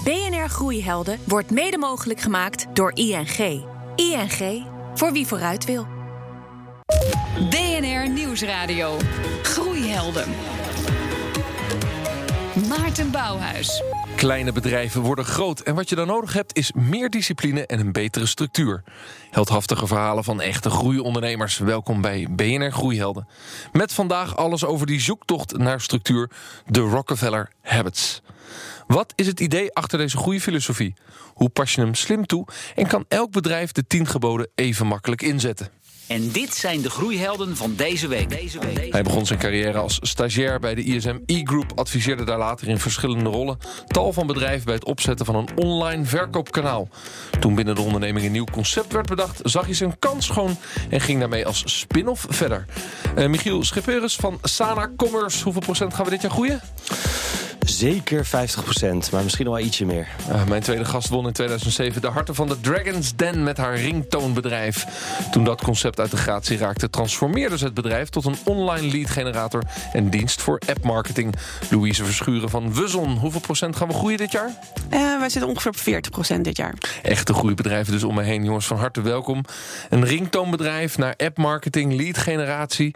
BNR Groeihelden wordt mede mogelijk gemaakt door ING. ING, voor wie vooruit wil. BNR Nieuwsradio. Groeihelden. Maarten Bouwhuis. Kleine bedrijven worden groot en wat je dan nodig hebt is meer discipline en een betere structuur. Heldhaftige verhalen van echte groeiondernemers. Welkom bij BNR Groeihelden. Met vandaag alles over die zoektocht naar structuur, de Rockefeller Habits. Wat is het idee achter deze groeifilosofie? Hoe pas je hem slim toe? En kan elk bedrijf de 10 geboden even makkelijk inzetten? En dit zijn de groeihelden van deze week. Hij begon zijn carrière als stagiair bij de ISM E-Group, adviseerde daar later in verschillende rollen tal van bedrijven bij het opzetten van een online verkoopkanaal. Toen binnen de onderneming een nieuw concept werd bedacht, zag hij zijn kans schoon en ging daarmee als spin-off verder. Michiel Schipperes van Sana Commerce, hoeveel procent gaan we dit jaar groeien? Zeker 50%, maar misschien nog wel ietsje meer. Mijn tweede gast won in 2007 de harten van de Dragon's Den met haar ringtoonbedrijf. Toen dat concept uit de gratie raakte, transformeerde ze het bedrijf tot een online lead generator en dienst voor appmarketing. Louise Verschuren van Wuzon, hoeveel procent gaan we groeien dit jaar? Wij zitten ongeveer op 40% dit jaar. Echte groeibedrijven dus om me heen. Jongens, van harte welkom. Een ringtoonbedrijf naar appmarketing, lead generatie.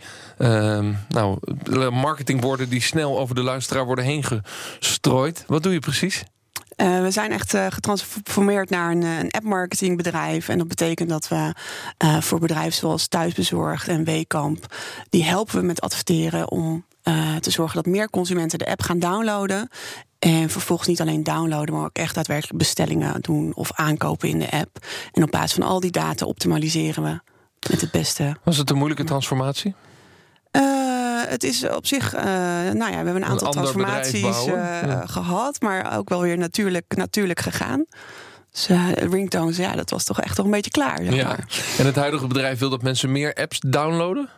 Marketingwoorden die snel over de luisteraar worden heen gestrooid. Wat doe je precies? We zijn echt getransformeerd naar een appmarketingbedrijf. En dat betekent dat we voor bedrijven zoals Thuisbezorgd en Weekamp, die helpen we met adverteren om te zorgen dat meer consumenten de app gaan downloaden. En vervolgens niet alleen downloaden, maar ook echt daadwerkelijk bestellingen doen of aankopen in de app. En op basis van al die data optimaliseren we met het beste. Was het een moeilijke transformatie? Het is op zich, we hebben een aantal transformaties gehad, maar ook wel weer natuurlijk gegaan. Dus ringtones, dat was toch echt toch een beetje klaar. Zeg maar. En het huidige bedrijf wil dat mensen meer apps downloaden?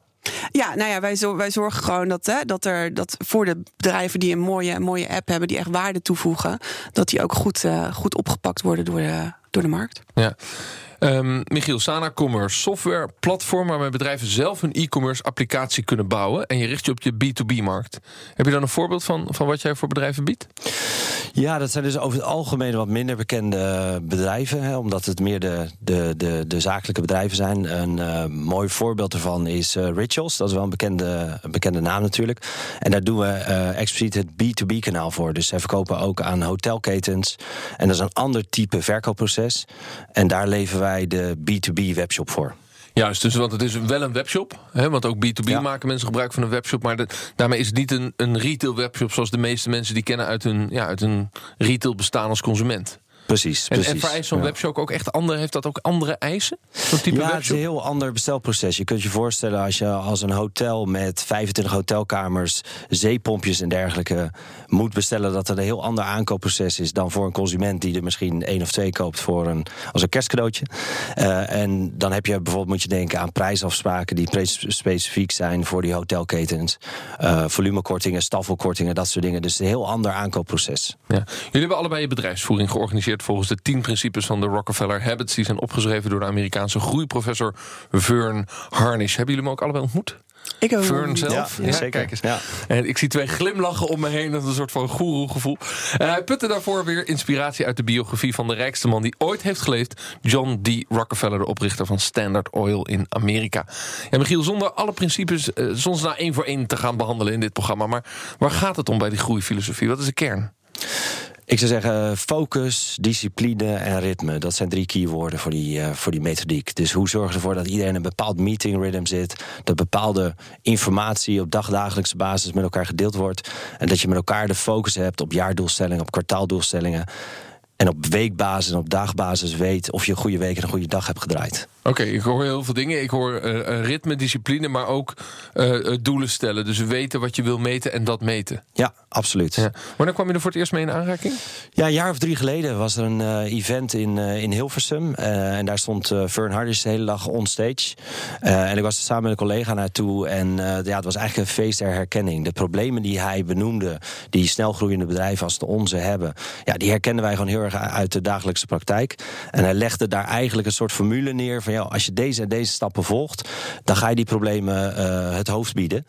Ja, wij zorgen gewoon dat voor de bedrijven die een mooie app hebben, die echt waarde toevoegen, dat die ook goed opgepakt worden door de markt. Ja. Michiel, Sana Commerce, software platform waarmee bedrijven zelf hun e-commerce applicatie kunnen bouwen. En je richt je op je B2B-markt. Heb je dan een voorbeeld van wat jij voor bedrijven biedt? Ja, dat zijn dus over het algemeen wat minder bekende bedrijven. Omdat het meer de zakelijke bedrijven zijn. Een mooi voorbeeld ervan is Rituals. Dat is wel een bekende naam natuurlijk. En daar doen we expliciet het B2B-kanaal voor. Dus zij verkopen ook aan hotelketens. En dat is een ander type verkoopproces. En daar leveren wij de B2B-webshop voor. Juist, dus want het is wel een webshop. Want ook B2B maken mensen gebruik van een webshop. Maar daarmee is het niet een retail webshop zoals de meeste mensen die kennen uit hun retail bestaan als consument. Precies. En vereist zo'n webshop ook echt heeft dat ook andere eisen? Zo'n type webshop? Het is een heel ander bestelproces. Je kunt je voorstellen als je als een hotel met 25 hotelkamers, zeepompjes en dergelijke moet bestellen, dat het een heel ander aankoopproces is dan voor een consument die er misschien 1 of 2 koopt als een kerstcadeautje. En dan heb je bijvoorbeeld, moet je denken aan prijsafspraken die specifiek zijn voor die hotelketens. Volumekortingen, staffelkortingen, dat soort dingen. Dus een heel ander aankoopproces. Ja. Jullie hebben allebei je bedrijfsvoering georganiseerd volgens de 10 principes van de Rockefeller Habits. Die zijn opgeschreven door de Amerikaanse groeiprofessor Vern Harnish. Hebben jullie hem ook allebei ontmoet? Ik heb Vern zelf? Ja, zeker. Kijk eens. Ja. En ik zie 2 glimlachen om me heen. Dat is een soort van goeroe-gevoel. Hij putte daarvoor weer inspiratie uit de biografie van de rijkste man die ooit heeft geleefd. John D. Rockefeller, de oprichter van Standard Oil in Amerika. Ja, Michiel, zonder alle principes soms 1 voor 1 te gaan behandelen in dit programma. Maar waar gaat het om bij die groeifilosofie? Wat is de kern? Ik zou zeggen focus, discipline en ritme. Dat zijn 3 keywoorden voor die methodiek. Dus hoe zorg je ervoor dat iedereen in een bepaald meeting rhythm zit, dat bepaalde informatie op dagelijkse basis met elkaar gedeeld wordt en dat je met elkaar de focus hebt op jaardoelstellingen, op kwartaaldoelstellingen en op weekbasis en op dagbasis weet of je een goede week en een goede dag hebt gedraaid. Oké, ik hoor heel veel dingen. Ik hoor ritme, discipline, maar ook doelen stellen. Dus weten wat je wil meten en dat meten. Ja, absoluut. Ja. Wanneer kwam je er voor het eerst mee in aanraking? Ja, een jaar of 3 geleden was er een event in Hilversum. En daar stond Vern Harnish de hele dag on stage. En ik was er samen met een collega naartoe. En het was eigenlijk een feest der herkenning. De problemen die hij benoemde, die snelgroeiende bedrijven als de onze hebben, die herkennen wij gewoon heel erg uit de dagelijkse praktijk. En hij legde daar eigenlijk een soort formule neer van van als je deze en deze stappen volgt, dan ga je die problemen het hoofd bieden.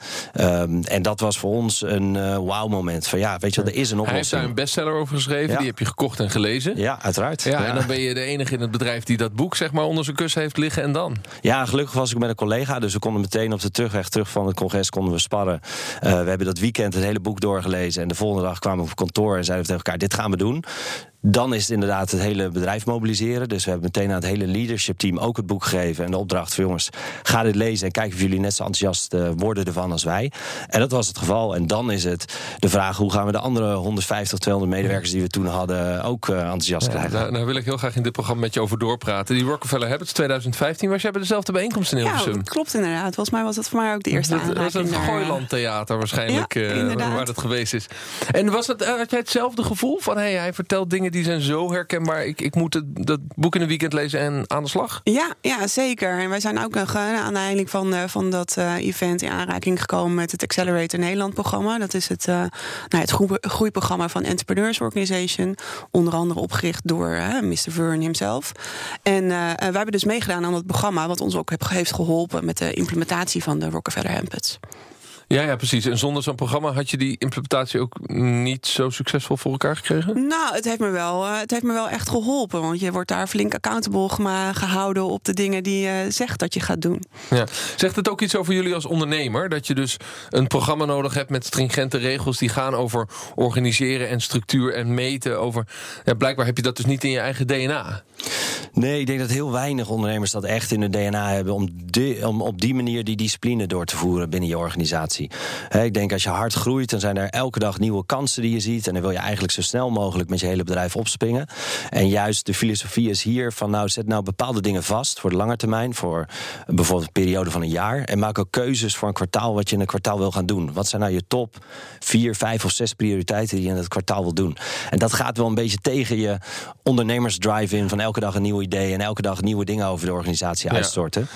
En dat was voor ons een wauw-moment. Van weet je wel, er is een oplossing. Hij heeft daar een bestseller over geschreven, die heb je gekocht en gelezen. Ja, uiteraard. Ja, en dan ben je de enige in het bedrijf die dat boek zeg maar onder zijn kussen heeft liggen en dan? Ja, gelukkig was ik met een collega, dus we konden meteen op de terugweg terug van het congres konden we sparren. We hebben dat weekend het hele boek doorgelezen en de volgende dag kwamen we op kantoor en zeiden we tegen elkaar, dit gaan we doen. Dan is het inderdaad het hele bedrijf mobiliseren. Dus we hebben meteen aan het hele leadership team ook het boek gegeven. En de opdracht van jongens, ga dit lezen en kijk of jullie net zo enthousiast worden ervan als wij. En dat was het geval. En dan is het de vraag, hoe gaan we de andere 150, 200 medewerkers die we toen hadden ook enthousiast krijgen. Daar wil ik heel graag in dit programma met je over doorpraten. Die Rockefeller Habits 2015 was jij bij dezelfde bijeenkomst in Hilversum. Ja, dat klopt inderdaad. Volgens mij was dat voor mij ook de eerste aanraking. Dat was een Gooiland theater waarschijnlijk waar dat geweest is. En had jij hetzelfde gevoel van hij vertelt dingen die zijn zo herkenbaar. Ik moet dat boek in een weekend lezen en aan de slag? Ja, zeker. En wij zijn ook aan aanleiding van dat event in aanraking gekomen met het Accelerator Nederland programma. Dat is het groeiprogramma van Entrepreneurs Organization. Onder andere opgericht door Mr. Verne himself. En wij hebben dus meegedaan aan dat programma, wat ons ook heeft geholpen met de implementatie van de Rockefeller Habits. Ja, precies. En zonder zo'n programma had je die implementatie ook niet zo succesvol voor elkaar gekregen? Nou, het heeft me wel echt geholpen. Want je wordt daar flink accountable gehouden op de dingen die je zegt dat je gaat doen. Ja. Zegt het ook iets over jullie als ondernemer? Dat je dus een programma nodig hebt met stringente regels die gaan over organiseren en structuur en meten. Blijkbaar heb je dat dus niet in je eigen DNA. Nee, ik denk dat heel weinig ondernemers dat echt in hun DNA hebben om op die manier die discipline door te voeren binnen je organisatie. Ik denk als je hard groeit, dan zijn er elke dag nieuwe kansen die je ziet. En dan wil je eigenlijk zo snel mogelijk met je hele bedrijf opspringen. En juist de filosofie is hier van zet bepaalde dingen vast voor de lange termijn. Voor bijvoorbeeld een periode van een jaar. En maak ook keuzes voor een kwartaal wat je in een kwartaal wil gaan doen. Wat zijn je top 4, 5 of 6 prioriteiten die je in het kwartaal wil doen? En dat gaat wel een beetje tegen je ondernemersdrive in van elke dag een nieuw idee en elke dag nieuwe dingen over de organisatie uitstorten.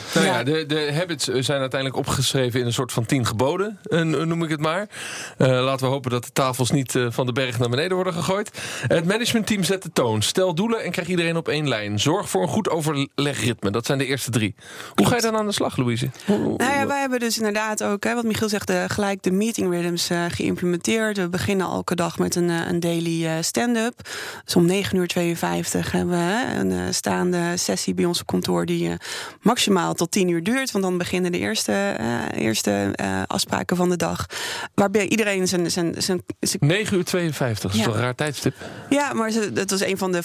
De habits zijn uiteindelijk opgeschreven in een soort van 10 geboden. Noem ik het maar. Laten we hopen dat de tafels niet van de berg naar beneden worden gegooid. Het managementteam zet de toon. Stel doelen en krijg iedereen op één lijn. Zorg voor een goed overlegritme. Dat zijn de eerste 3. Hoe ga je dan aan de slag, Louise? Wij hebben dus inderdaad ook, wat Michiel zegt, gelijk de meeting rhythms geïmplementeerd. We beginnen elke dag met een daily stand-up. Dus om 9:52 hebben we een staande sessie bij ons op kantoor die maximaal tot 10 uur duurt. Want dan beginnen de eerste afspraken van de dag. Waarbij iedereen zijn 9:52, dat is toch een raar tijdstip? Ja, maar dat was een van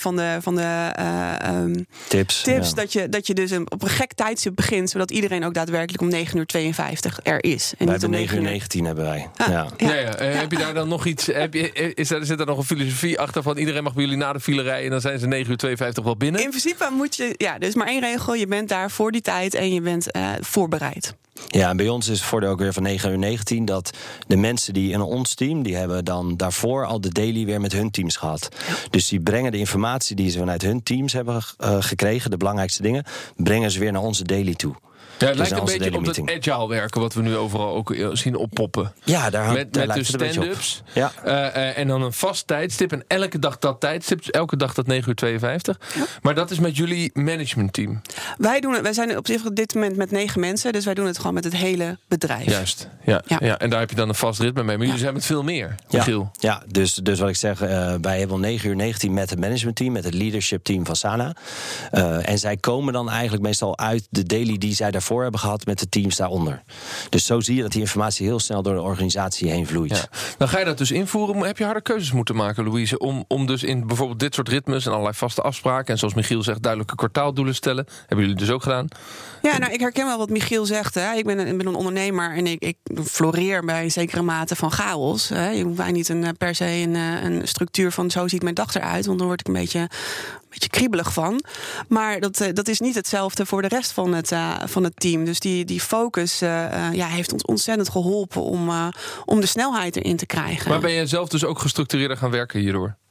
de tips. Dat je dus op een gek tijdstip begint, zodat iedereen ook daadwerkelijk om 9:52 er is. En wij hebben 9:19 hebben wij. Heb je daar dan nog iets? Zit er nog een filosofie achter van iedereen mag bij jullie na de file rijden en dan zijn ze 9:52 wel binnen? In principe moet je, er is maar 1 regel. Je bent daar voor die tijd en je bent voorbereid. Ja, en bij ons is het voordeel ook weer van 9:19 dat de mensen die in ons team, die hebben dan daarvoor al de daily weer met hun teams gehad. Ja. Dus die brengen de informatie die ze vanuit hun teams hebben gekregen, de belangrijkste dingen, brengen ze weer naar onze daily toe. Ja, het lijkt een beetje op het agile werken wat we nu overal ook zien oppoppen. Ja, met de stand-ups. Ja. En dan een vast tijdstip. En elke dag dat tijdstip. Elke dag dat 9:52. Ja. Maar dat is met jullie managementteam. Wij zijn op dit moment met 9 mensen. Dus wij doen het gewoon met het hele bedrijf. Juist. Ja. En daar heb je dan een vast ritme mee. Maar jullie zijn met veel meer, Michiel. Ja, dus wat ik zeg. Wij hebben om 9:19 met het managementteam. Met het leadership team van Sana. En zij komen dan eigenlijk meestal uit de daily die zij daarvoor hebben gehad met de teams daaronder. Dus zo zie je dat die informatie heel snel door de organisatie heen vloeit. Ja. Dan ga je dat dus invoeren. Heb je harde keuzes moeten maken, Louise, om dus in bijvoorbeeld dit soort ritmes en allerlei vaste afspraken en zoals Michiel zegt, duidelijke kwartaaldoelen stellen. Hebben jullie dus ook gedaan? Ja, ik herken wel wat Michiel zegt. Hè. Ik ben een ondernemer en ik floreer bij een zekere mate van chaos. Hè. Je hoeft mij niet per se een structuur van zo ziet mijn dag eruit, want dan word ik een beetje kriebelig van. Maar dat is niet hetzelfde voor de rest van het team. Dus die focus heeft ons ontzettend geholpen om de snelheid erin te krijgen. Maar ben je zelf dus ook gestructureerder gaan werken hierdoor?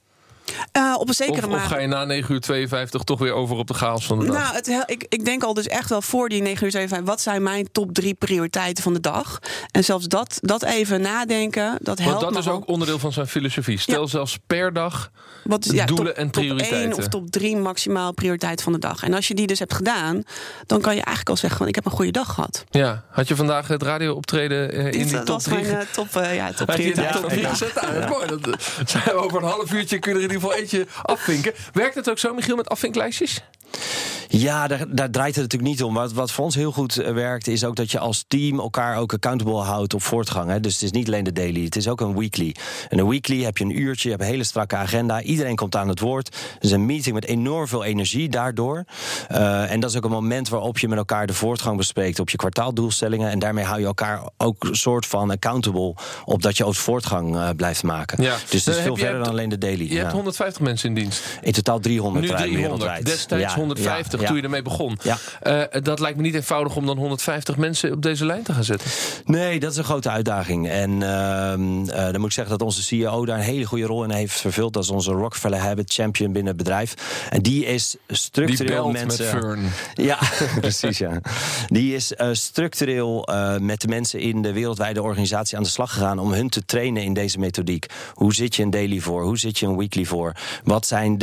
Op een zekere Of ga je na 9:52 toch weer over op de chaos van de dag? Nou, ik denk al dus echt wel voor die 9:52... wat zijn mijn top 3 prioriteiten van de dag? En zelfs dat even nadenken, dat helpt me. Want dat is ook onderdeel van zijn filosofie. Stel zelfs per dag doelen en prioriteiten. Top 1 of top 3 maximaal prioriteit van de dag. En als je die dus hebt gedaan, dan kan je eigenlijk al zeggen... ik heb een goede dag gehad. Ja, had je vandaag het radio-optreden in die top 3? Dat was mijn top prioriteit. Top 3 gezet? Mooi. Dat zijn we over een half uurtje kunnen er in ieder geval eentje afvinken. Werkt het ook zo, Michiel, met afvinklijstjes? Ja, daar draait het natuurlijk niet om. Wat voor ons heel goed werkt, is ook dat je als team elkaar ook accountable houdt op voortgang. Hè. Dus het is niet alleen de daily, het is ook een weekly. En een weekly heb je een uurtje, je hebt een hele strakke agenda. Iedereen komt aan het woord. Het is een meeting met enorm veel energie daardoor. En dat is ook een moment waarop je met elkaar de voortgang bespreekt op je kwartaaldoelstellingen. En daarmee hou je elkaar ook een soort van accountable op dat je ook voortgang blijft maken. Ja. Dus het is veel verder dan alleen de daily. Je hebt 150 mensen in dienst. In totaal 300. Nu 300. Wereldwijd. Destijds 150 toen je ermee begon. Ja. Dat lijkt me niet eenvoudig om dan 150 mensen op deze lijn te gaan zetten. Nee, dat is een grote uitdaging. En dan moet ik zeggen dat onze CEO daar een hele goede rol in heeft vervuld. Dat is onze Rockefeller Habit Champion binnen het bedrijf. En die is structureel die mensen... met Fern. Ja, precies, ja. Die is structureel met de mensen in de wereldwijde organisatie aan de slag gegaan om hun te trainen in deze methodiek. Hoe zit je een daily voor? Hoe zit je een weekly voor? Wat zijn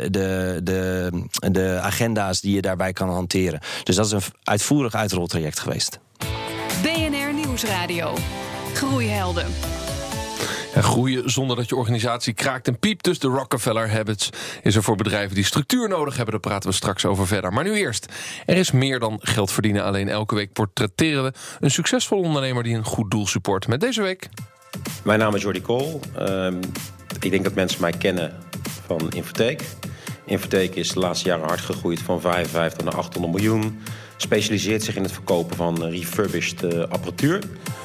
de agenda's die je daarbij kan hanteren? Dus dat is een uitvoerig uitroltraject geweest. BNR Nieuwsradio. Groeihelden. En groeien zonder dat je organisatie kraakt en piept. Dus de Rockefeller Habits is er voor bedrijven die structuur nodig hebben. Daar praten we straks over verder. Maar nu eerst. Er is meer dan geld verdienen. Alleen elke week portretteren we een succesvol ondernemer die een goed doel support. Met deze week. Mijn naam is Jordi Kool. Ik denk dat mensen mij kennen van Infotech. Infotech is de laatste jaren hard gegroeid van 55 naar 800 miljoen. Specialiseert zich in het verkopen van refurbished apparatuur.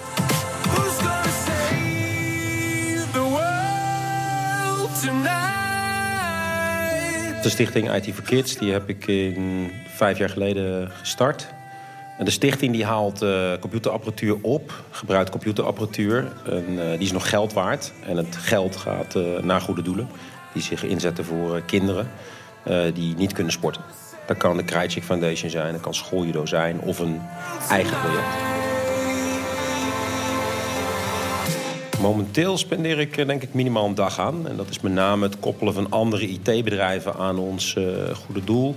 De stichting IT for Kids die heb ik 5 jaar geleden gestart. En de stichting die haalt computerapparatuur op, gebruikt computerapparatuur. En, die is nog geld waard. En het geld gaat naar goede doelen. Die zich inzetten voor kinderen die niet kunnen sporten. Dat kan de Krajicek Foundation zijn, dat kan Schooljudo zijn of een eigen project. Momenteel spendeer ik denk ik minimaal een dag aan. En dat is met name het koppelen van andere IT-bedrijven aan ons goede doel.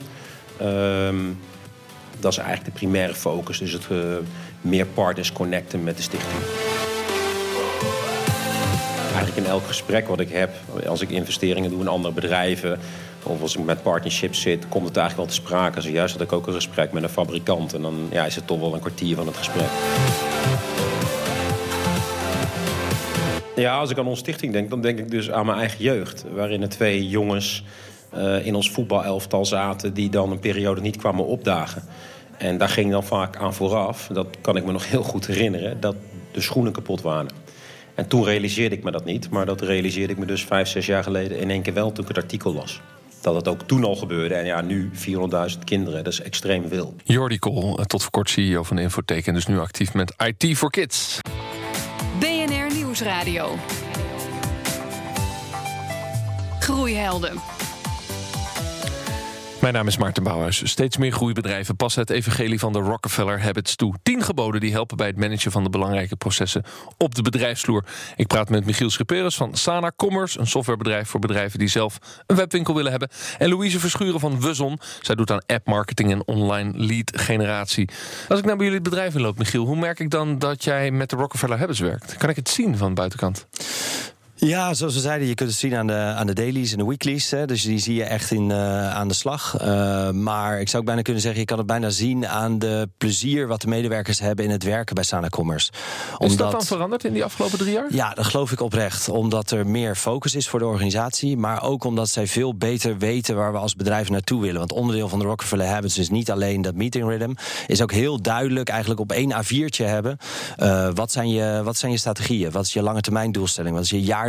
Dat is eigenlijk de primaire focus. Dus het meer partners connecten met de stichting. Eigenlijk in elk gesprek wat ik heb, als ik investeringen doe in andere bedrijven of als ik met partnerships zit, komt het eigenlijk wel te sprake. Zojuist had ik ook een gesprek met een fabrikant en dan is het toch wel een kwartier van het gesprek. Ja, als ik aan onze stichting denk, dan denk ik dus aan mijn eigen jeugd. Waarin er 2 jongens in ons voetbalelftal zaten die dan een periode niet kwamen opdagen. En daar ging dan vaak aan vooraf, dat kan ik me nog heel goed herinneren, dat de schoenen kapot waren. En toen realiseerde ik me dat niet, maar dat realiseerde ik me dus 5, 6 jaar geleden in één keer wel toen ik het artikel las. Dat het ook toen al gebeurde. En nu 400.000 kinderen, dat is extreem veel. Jordi Kool, tot voor kort CEO van Infotech en dus nu actief met IT for Kids. BNR Nieuwsradio. Groeihelden. Mijn naam is Maarten Bouwhuis. Steeds meer groeibedrijven passen het evangelie van de Rockefeller Habits toe. 10 geboden die helpen bij het managen van de belangrijke processen op de bedrijfsvloer. Ik praat met Michiel Schipperes van Sana Commerce, een softwarebedrijf voor bedrijven die zelf een webwinkel willen hebben. En Louise Verschuren van Wuzon. Zij doet aan appmarketing en online lead generatie. Als ik nou bij jullie het bedrijf inloop, Michiel, hoe merk ik dan dat jij met de Rockefeller Habits werkt? Kan ik het zien van de buitenkant? Ja, zoals we zeiden, je kunt het zien aan de dailies en de weeklies. Hè, dus die zie je echt aan de slag. Maar ik zou ook bijna kunnen zeggen, je kan het bijna zien aan de plezier wat de medewerkers hebben in het werken bij Sana Commerce. Is dat dan veranderd in die afgelopen 3 jaar? Ja, dat geloof ik oprecht. Omdat er meer focus is voor de organisatie. Maar ook omdat zij veel beter weten waar we als bedrijf naartoe willen. Want onderdeel van de Rockefeller Habits is niet alleen dat meeting rhythm. Is ook heel duidelijk eigenlijk op 1 A4'tje hebben. Wat zijn je strategieën? Wat is je lange termijn doelstelling? Wat is je jaardoel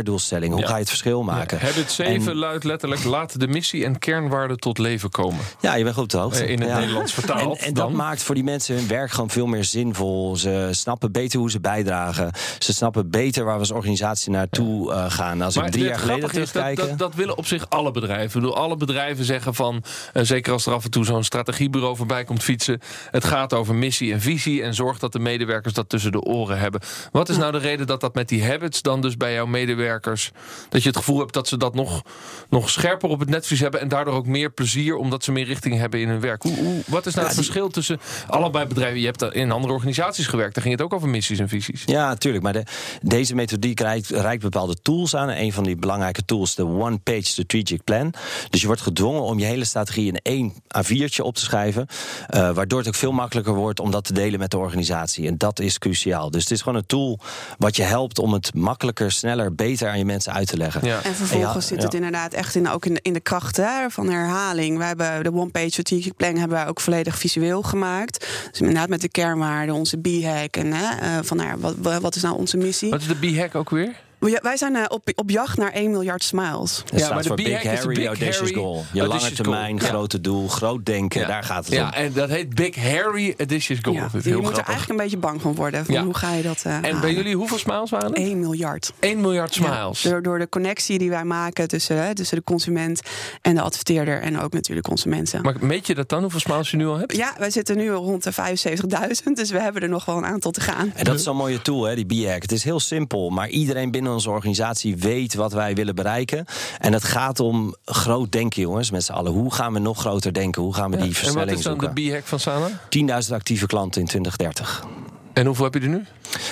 jaardoelstelling. Hoe ga je het verschil maken? Habit 7 luidt letterlijk: laat de missie en kernwaarden tot leven komen. Ja, je bent goed op de hoogte. In het Nederlands vertaald. En dat maakt voor die mensen hun werk gewoon veel meer zinvol. Ze snappen beter hoe ze bijdragen. Ze snappen beter waar we als organisatie naartoe gaan. Als ik 3 jaar geleden terugkijk... Dat willen op zich alle bedrijven. Ik bedoel, alle bedrijven zeggen van... zeker als er af en toe zo'n strategiebureau voorbij komt fietsen... het gaat over missie en visie... en zorg dat de medewerkers dat tussen de oren hebben. Wat is nou de reden dat met die habits... dan dus bij jouw medewerkers... dat je het gevoel hebt dat ze dat nog scherper op het netvlies hebben... en daardoor ook meer plezier... omdat ze meer richting hebben in hun werk? Wat is nou het verschil tussen allebei bedrijven? Je hebt in andere organisaties gewerkt. Daar ging het ook over missies en visies. Ja, natuurlijk. Maar deze methodiek reikt bepaalde tools aan. En een van die belangrijke tools, de one-page strategic plan. Dus je wordt gedwongen om je hele strategie in 1 A4'tje op te schrijven. Waardoor het ook veel makkelijker wordt om dat te delen met de organisatie. En dat is cruciaal. Dus het is gewoon een tool wat je helpt om het makkelijker, sneller, beter aan je mensen uit te leggen. Ja. En vervolgens zit het inderdaad echt ook in de kracht van herhaling. Wij hebben de one-page strategic plan hebben wij ook volledig visueel gemaakt. Dus inderdaad met de kernwaarden, onze B-hack en wat is nou onze missie? Wat is de B-hack ook weer? Wij zijn op jacht naar 1 miljard smiles. Het staat voor Big Harry Audacious Goal. Je lange termijn, grote doel, groot denken, daar gaat het om. Ja, en dat heet Big Harry Audacious Goal. Ja, je moet er eigenlijk een beetje bang van worden. Hoe ga je dat En bij jullie, hoeveel smiles waren het? 1 miljard. 1 miljard smiles. Ja, door de connectie die wij maken tussen de consument en de adverteerder... en ook natuurlijk onze mensen. Maar meet je dat dan, hoeveel smiles je nu al hebt? Ja, wij zitten nu rond de 75.000. Dus we hebben er nog wel een aantal te gaan. En dat is zo'n mooie tool, die B-hack. Het is heel simpel, maar iedereen binnen onze organisatie weet wat wij willen bereiken. En het gaat om groot denken, jongens, met z'n allen. Hoe gaan we nog groter denken? Hoe gaan we die versnelling zoeken? En wat is dan de B-hack van Sana? 10.000 actieve klanten in 2030. En hoeveel heb je er nu?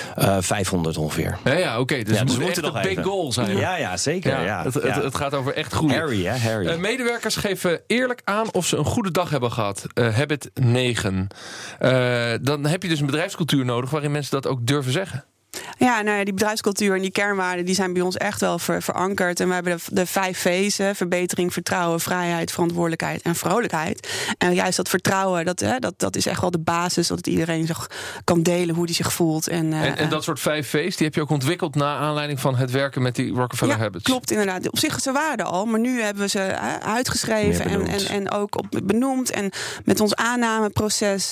500 ongeveer. Ja, oké. Dus het moet echt een big goal zijn. Ja, zeker. Ja. Het gaat over echt groeien. Harry. Medewerkers geven eerlijk aan of ze een goede dag hebben gehad. Habit 9. Dan heb je dus een bedrijfscultuur nodig waarin mensen dat ook durven zeggen. Ja, die bedrijfscultuur en die kernwaarden die zijn bij ons echt wel verankerd. En we hebben de 5 V's: verbetering, vertrouwen, vrijheid, verantwoordelijkheid en vrolijkheid. En juist dat vertrouwen, dat is echt wel de basis, dat iedereen zich kan delen hoe die zich voelt. En dat soort 5 V's, die heb je ook ontwikkeld na aanleiding van het werken met die Rockefeller Habits. Klopt, inderdaad. Op zich is ze waarde al, maar nu hebben we ze uitgeschreven en ook benoemd. En met ons aannameproces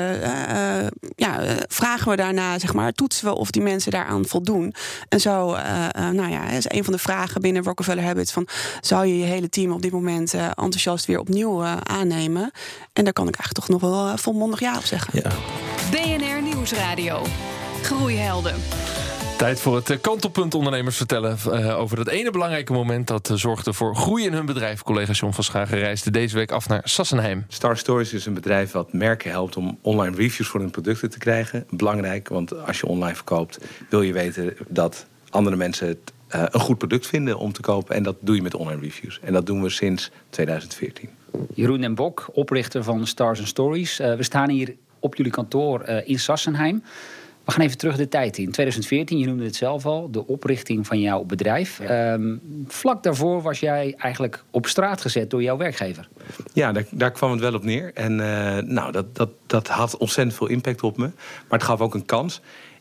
vragen we daarna, toetsen we of die mensen daaraan voldoen. En zo, is een van de vragen binnen Rockefeller Habits van: zou je hele team op dit moment enthousiast weer opnieuw aannemen? En daar kan ik eigenlijk toch nog wel volmondig ja op zeggen. Ja. BNR Nieuwsradio. Groeihelden. Tijd voor het kantelpunt ondernemers vertellen over dat ene belangrijke moment dat zorgde voor groei in hun bedrijf. Collega John van Schagen reisde deze week af naar Sassenheim. Star Stories is een bedrijf wat merken helpt om online reviews voor hun producten te krijgen. Belangrijk, want als je online verkoopt wil je weten dat andere mensen het een goed product vinden om te kopen. En dat doe je met online reviews. En dat doen we sinds 2014. Jeroen den Bok, oprichter van Stars & Stories. We staan hier op jullie kantoor in Sassenheim. We gaan even terug de tijd in. 2014, je noemde het zelf al, de oprichting van jouw bedrijf. Vlak daarvoor was jij eigenlijk op straat gezet door jouw werkgever. Ja, daar kwam het wel op neer. En dat had ontzettend veel impact op me. Maar het gaf ook een kans.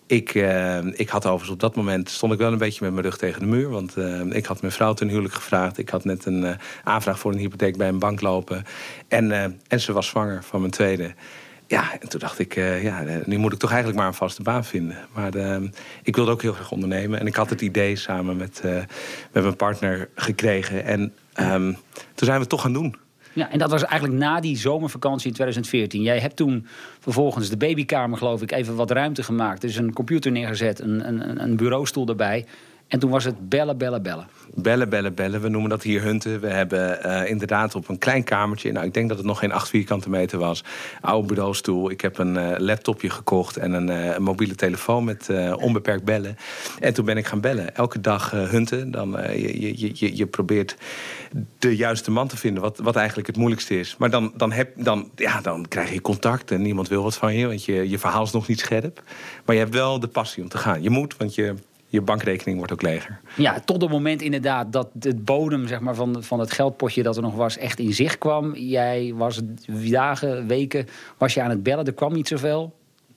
Ik had overigens op dat moment, stond ik wel een beetje met mijn rug tegen de muur. Want ik had mijn vrouw ten huwelijk gevraagd. Ik had net een aanvraag voor een hypotheek bij een bank lopen. En ze was zwanger van mijn tweede. Ja, en toen dacht ik, nu moet ik toch eigenlijk maar een vaste baan vinden. Maar ik wilde ook heel graag ondernemen. En ik had het idee samen met mijn partner gekregen. En toen zijn we het toch gaan doen. Ja, en dat was eigenlijk na die zomervakantie in 2014. Jij hebt toen vervolgens de babykamer, geloof ik, even wat ruimte gemaakt. Dus een computer neergezet, een bureaustoel erbij. En toen was het bellen. Bellen. We noemen dat hier hunten. We hebben inderdaad op een klein kamertje, ik denk dat het nog geen 8 vierkante meter was, oude bureaustoel. Ik heb een laptopje gekocht en een mobiele telefoon met onbeperkt bellen. En toen ben ik gaan bellen. Elke dag hunten. Dan, je probeert de juiste man te vinden, wat eigenlijk het moeilijkste is. Maar dan krijg je contact en niemand wil wat van je, want je verhaal is nog niet scherp. Maar je hebt wel de passie om te gaan. Je moet, want je bankrekening wordt ook leger. Ja, tot het moment inderdaad dat het bodem van het geldpotje dat er nog was echt in zicht kwam. Jij was dagen, weken, was je aan het bellen. Er kwam niet zoveel.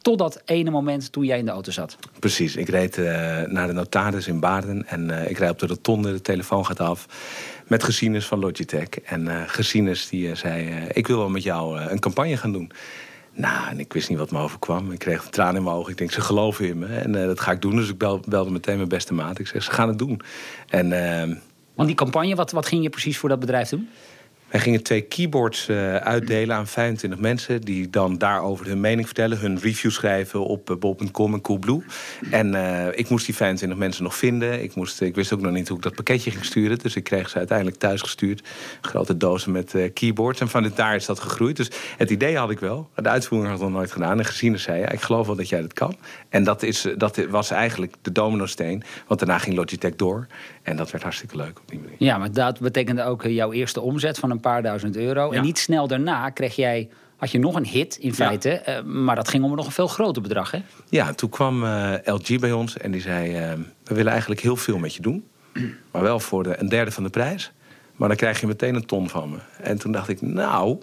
tot dat ene moment toen jij in de auto zat. Precies, ik reed naar de notaris in Baarden en ik rijd op de rotonde, de telefoon gaat af met Gesines van Logitech. En Gesines die zei, ik wil wel met jou een campagne gaan doen. Nou, en ik wist niet wat me overkwam. Ik kreeg een traan in mijn ogen. Ik denk, ze geloven in me en dat ga ik doen. Dus ik belde meteen mijn beste maat. Ik zeg, ze gaan het doen. Want die campagne, wat ging je precies voor dat bedrijf doen? Wij gingen 2 keyboards uitdelen aan 25 mensen... die dan daarover hun mening vertellen, hun review schrijven op bol.com en Coolblue. En ik moest die 25 mensen nog vinden. Ik wist ook nog niet hoe ik dat pakketje ging sturen. Dus ik kreeg ze uiteindelijk thuis gestuurd. Grote dozen met keyboards. En van daar is dat gegroeid. Dus het idee had ik wel. De uitvoering had ik nog nooit gedaan. En Gesine zei, ik geloof wel dat jij dat kan. En dat was eigenlijk de dominosteen. Want daarna ging Logitech door. En dat werd hartstikke leuk op die manier. Ja, maar dat betekende ook jouw eerste omzet van een paar duizend euro. Ja. En niet snel daarna had je nog een hit in feite. Ja. Maar dat ging om nog een veel groter bedrag, hè? Ja, toen kwam LG bij ons en die zei... we willen eigenlijk heel veel met je doen. Maar wel voor een derde van de prijs. Maar dan krijg je meteen een ton van me. En toen dacht ik, nou,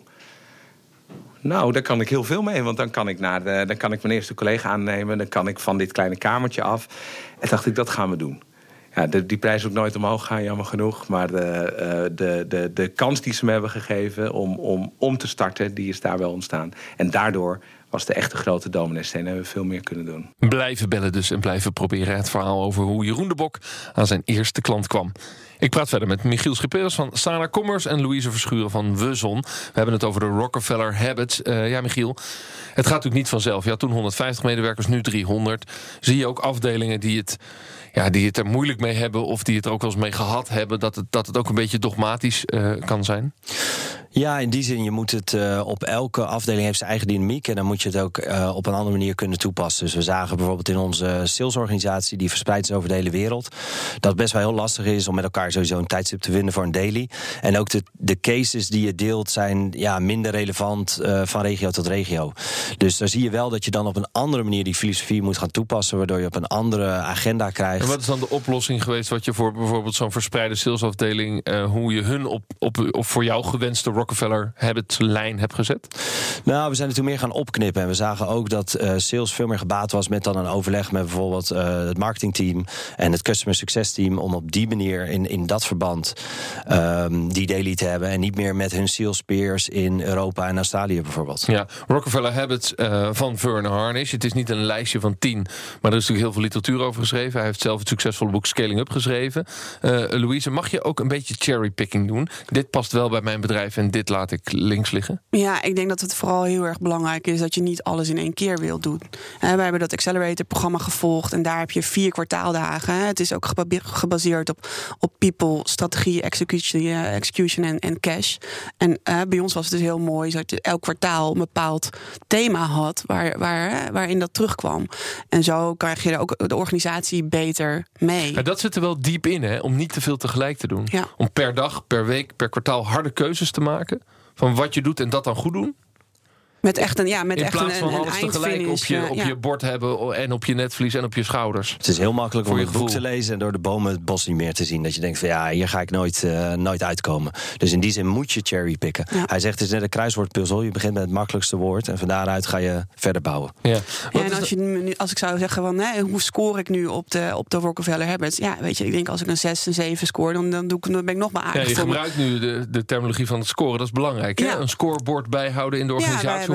daar kan ik heel veel mee. Want dan kan ik mijn eerste collega aannemen. Dan kan ik van dit kleine kamertje af. En dacht ik, dat gaan we doen. Ja, die prijs is ook nooit omhoog gaan, jammer genoeg. Maar de kans die ze me hebben gegeven om te starten, die is daar wel ontstaan. En daardoor was de echte grote domineesteen en hebben we veel meer kunnen doen. Blijven bellen dus en blijven proberen het verhaal over hoe Jeroen de Bok aan zijn eerste klant kwam. Ik praat verder met Michiel Schipperes van Sana Commerce en Louise Verschuren van Wezon. We hebben het over de Rockefeller Habits. Ja, Michiel, het gaat natuurlijk niet vanzelf. Je had toen 150 medewerkers, nu 300. Zie je ook afdelingen die het er moeilijk mee hebben of die het er ook wel eens mee gehad hebben, dat het ook een beetje dogmatisch kan zijn? Ja, in die zin, je moet het op elke afdeling heeft zijn eigen dynamiek en dan moet je het ook op een andere manier kunnen toepassen. Dus we zagen bijvoorbeeld in onze salesorganisatie, die verspreid is over de hele wereld, dat het best wel heel lastig is om met elkaar sowieso een tijdstip te vinden voor een daily. En ook de cases die je deelt zijn minder relevant van regio tot regio. Dus daar zie je wel dat je dan op een andere manier die filosofie moet gaan toepassen, waardoor je op een andere agenda krijgt. En wat is dan de oplossing geweest wat je voor bijvoorbeeld zo'n verspreide salesafdeling, hoe je hun op voor jou gewenste Rockefeller Habits lijn hebt gezet? Nou, we zijn er toen meer gaan opknippen. En we zagen ook dat sales veel meer gebaat was met dan een overleg met bijvoorbeeld het marketingteam en het customer success team, om op die manier in dat verband die daily te hebben en niet meer met hun sales peers in Europa en Australië bijvoorbeeld. Ja, Rockefeller Habits van Verne Harnish. Het is niet een lijstje van 10, maar er is natuurlijk heel veel literatuur over geschreven. Hij heeft zelf het succesvolle boek Scaling Up geschreven. Louise, mag je ook een beetje cherrypicking doen? Dit past wel bij mijn bedrijf en dit laat ik links liggen. Ja, ik denk dat het vooral heel erg belangrijk is dat je niet alles in één keer wilt doen. Wij hebben dat Accelerator-programma gevolgd en daar heb je 4 kwartaaldagen. Het is ook gebaseerd op people, strategie, execution en cash. En bij ons was het dus heel mooi dat je elk kwartaal een bepaald thema had waarin dat terugkwam. En zo krijg je ook de organisatie beter mee. Maar dat zit er wel diep in, hè? Om niet te veel tegelijk te doen. Ja. Om per dag, per week, per kwartaal harde keuzes te maken van wat je doet en dat dan goed doen. Met echt een in plaats van alles tegelijk op je bord hebben en op je netvlies en op je schouders. Het is heel makkelijk om het boek te lezen en door de bomen het bos niet meer te zien. Dat je denkt van hier ga ik nooit uitkomen. Dus in die zin moet je cherrypicken. Ja. Hij zegt het is net een kruiswoordpuzzel. Je begint met het makkelijkste woord en van daaruit ga je verder bouwen. Ja. En als ik zou zeggen van hoe score ik nu op de Rockefeller Habits? Ja, weet je, ik denk als ik een 6, een 7 score, dan ben ik nog maar aardig. Ja, je gebruikt nu de terminologie van het scoren, dat is belangrijk. Ja. Hè? Een scorebord bijhouden in de organisatie.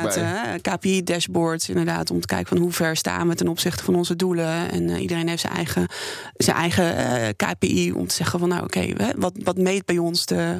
KPI-dashboards inderdaad, om te kijken van hoe ver staan we ten opzichte van onze doelen. En iedereen heeft zijn eigen KPI om te zeggen van wat meet bij ons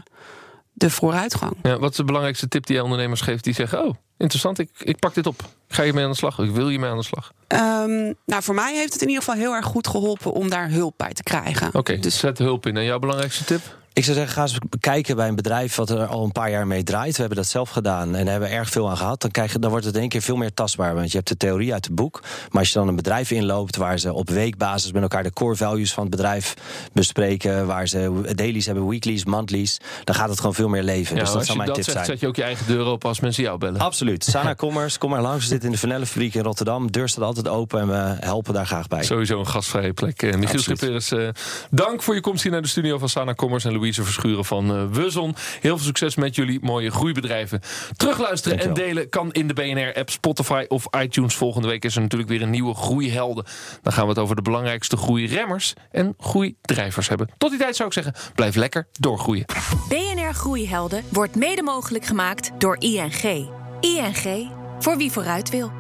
de vooruitgang. Ja, wat is de belangrijkste tip die jij ondernemers geeft die zeggen, interessant, ik pak dit op. Ik ga hiermee aan de slag. Ik wil hiermee aan de slag. Voor mij heeft het in ieder geval heel erg goed geholpen om daar hulp bij te krijgen. Oké, dus zet hulp in. En jouw belangrijkste tip? Ik zou zeggen, ga eens bekijken bij een bedrijf wat er al een paar jaar mee draait. We hebben dat zelf gedaan en hebben er erg veel aan gehad. Dan wordt het in één keer veel meer tastbaar. Want je hebt de theorie uit het boek. Maar als je dan een bedrijf inloopt waar ze op weekbasis met elkaar de core values van het bedrijf bespreken, waar ze dailies hebben, weeklies, monthlies, dan gaat het gewoon veel meer leven. Ja, dus dat zou mijn tip zijn. Zet je ook je eigen deur open als mensen jou bellen. Absoluut. Sana Commerce, kom maar langs. We zitten in de Vanellenfabriek in Rotterdam. De deur staat altijd open en we helpen daar graag bij. Sowieso een gastvrije plek. Michiel Schipperes, dank voor je komst hier naar de studio van Sana Commerce en Louise Louise Verschuren van Wuzon. Heel veel succes met jullie mooie groeibedrijven. Terugluisteren en delen kan in de BNR-app, Spotify of iTunes. Volgende week is er natuurlijk weer een nieuwe Groeihelden. Dan gaan we het over de belangrijkste groeiremmers en groeidrijvers hebben. Tot die tijd zou ik zeggen, blijf lekker doorgroeien. BNR Groeihelden wordt mede mogelijk gemaakt door ING. ING, voor wie vooruit wil.